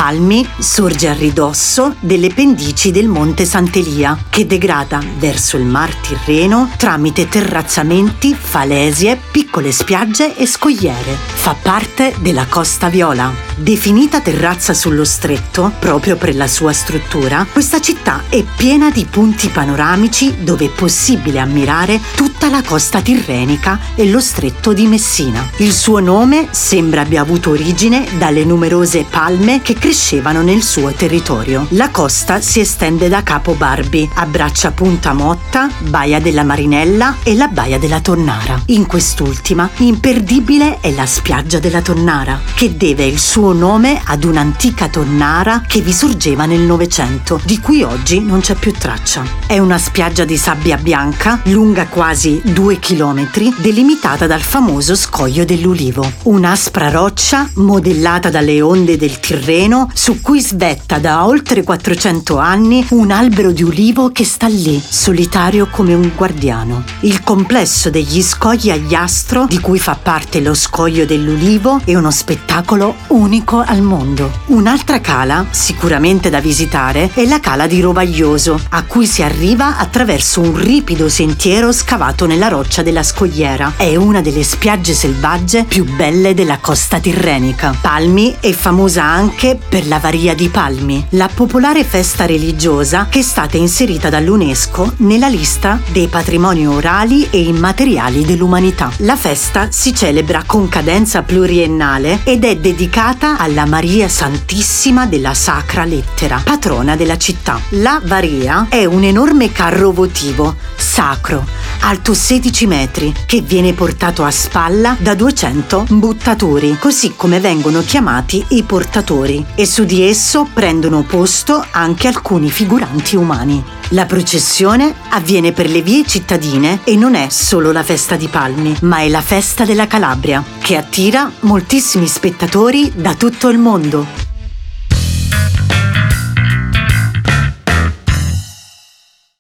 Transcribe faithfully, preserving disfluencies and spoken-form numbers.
Palmi sorge a ridosso delle pendici del Monte Sant'Elia, che degrada verso il Mar Tirreno tramite terrazzamenti, falesie, piccole spiagge e scogliere. Fa parte della Costa Viola. Definita terrazza sullo stretto, proprio per la sua struttura, questa città è piena di punti panoramici dove è possibile ammirare tutta la costa tirrenica e lo stretto di Messina. Il suo nome sembra abbia avuto origine dalle numerose palme che crescevano nel suo territorio. La costa si estende da Capo Barbi, abbraccia Punta Motta, Baia della Marinella e la Baia della Tonnara. In quest'ultima, imperdibile è la spiaggia della Tonnara, che deve il suo nome ad un'antica tonnara che vi sorgeva nel Novecento, di cui oggi non c'è più traccia. È una spiaggia di sabbia bianca, lunga quasi due chilometri, delimitata dal famoso scoglio dell'Ulivo, un'aspra roccia modellata dalle onde del Tirreno su cui svetta da oltre quattrocento anni un albero di ulivo che sta lì, solitario come un guardiano. Il complesso degli scogli a Iastro, di cui fa parte lo scoglio dell'Ulivo, è uno spettacolo unico al mondo. Un'altra cala, sicuramente da visitare, è la cala di Rovaglioso, a cui si arriva attraverso un ripido sentiero scavato nella roccia della scogliera. È una delle spiagge selvagge più belle della costa tirrenica. Palmi è famosa anche per la Varia di Palmi, la popolare festa religiosa che è stata inserita dall'UNESCO nella lista dei patrimoni orali e immateriali dell'umanità. La festa si celebra con cadenza pluriennale ed è dedicata alla Maria Santissima della Sacra Lettera, patrona della città. La Varia è un enorme carro votivo, sacro, alto sedici metri, che viene portato a spalla da duecento buttatori, così come vengono chiamati i portatori, e su di esso prendono posto anche alcuni figuranti umani. La processione avviene per le vie cittadine e non è solo la festa di Palmi, ma è la festa della Calabria, che attira moltissimi spettatori da tutto il mondo.